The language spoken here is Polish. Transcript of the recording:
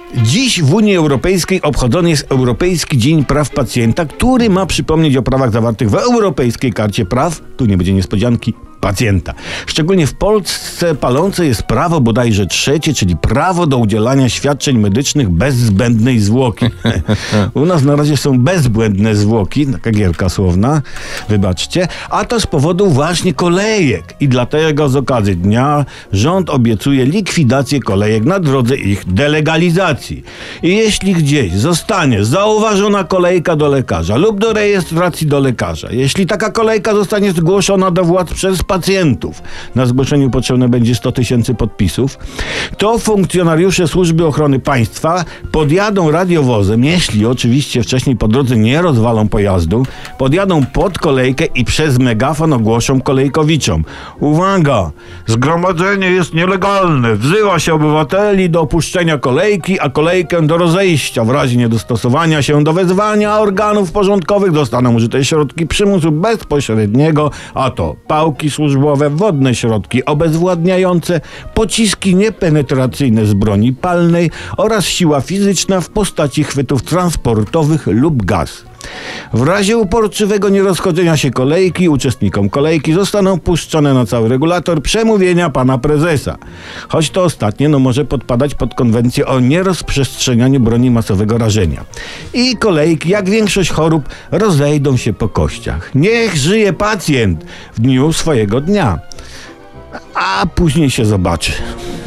Dziś w Unii Europejskiej obchodzony jest Europejski Dzień Praw Pacjenta, który ma przypomnieć o prawach zawartych w Europejskiej Karcie Praw, tu nie będzie niespodzianki, pacjenta. Szczególnie w Polsce palące jest prawo bodajże trzecie, czyli prawo do udzielania świadczeń medycznych bez zbędnej zwłoki. U nas na razie są bezbłędne zwłoki, taka gierka słowna, wybaczcie, a to z powodu właśnie kolejek. I dlatego z okazji dnia rząd obiecuje likwidację kolejek na drodze ich delegalizacji. I jeśli gdzieś zostanie zauważona kolejka do lekarza lub do rejestracji do lekarza, jeśli taka kolejka zostanie zgłoszona do władz przez pacjentów, na zgłoszeniu potrzebne będzie 100 000 podpisów, to funkcjonariusze Służby Ochrony Państwa podjadą radiowozem, jeśli oczywiście wcześniej po drodze nie rozwalą pojazdu, podjadą pod kolejkę i przez megafon ogłoszą kolejkowiczom: uwaga, zgromadzenie jest nielegalne, wzywa się obywateli do opuszczenia kolejki, a kolejkę do rozejścia. W razie niedostosowania się do wezwania organów porządkowych zostaną użyte środki przymusu bezpośredniego, a to pałki służbowe, wodne środki obezwładniające, pociski niepenetracyjne z broni palnej oraz siła fizyczna w postaci chwytów transportowych lub gaz. W razie uporczywego nierozchodzenia się kolejki, uczestnikom kolejki zostaną puszczone na cały regulator przemówienia pana prezesa. Choć to ostatnie może podpadać pod konwencję o nierozprzestrzenianiu broni masowego rażenia. I kolejki, jak większość chorób, rozejdą się po kościach. Niech żyje pacjent w dniu swojego dnia. A później się zobaczy.